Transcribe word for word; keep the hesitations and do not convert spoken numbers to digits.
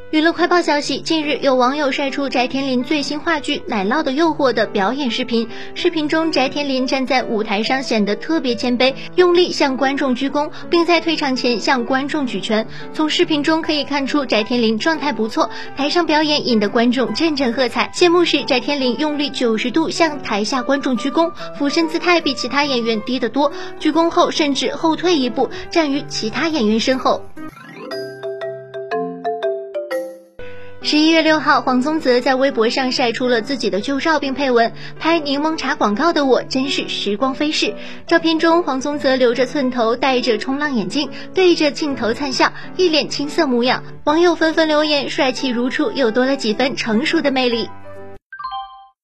娱乐快报消息，近日有网友晒出翟天临最新话剧《奶酪的诱惑》的表演视频。视频中，翟天临站在舞台上显得特别谦卑，用力向观众鞠躬，并在退场前向观众举拳。从视频中可以看出，翟天临状态不错，台上表演引得观众阵阵喝彩。谢幕时，翟天临用力九十度向台下观众鞠躬，俯身姿态比其他演员低得多，鞠躬后甚至后退一步，站于其他演员身后。十一月六号，黄宗泽在微博上晒出了自己的旧照，并配文：拍柠檬茶广告的我真是时光飞逝。照片中，黄宗泽留着寸头，戴着冲浪眼镜，对着镜头灿笑，一脸青涩模样。网友纷纷留言：帅气如初，又多了几分成熟的魅力。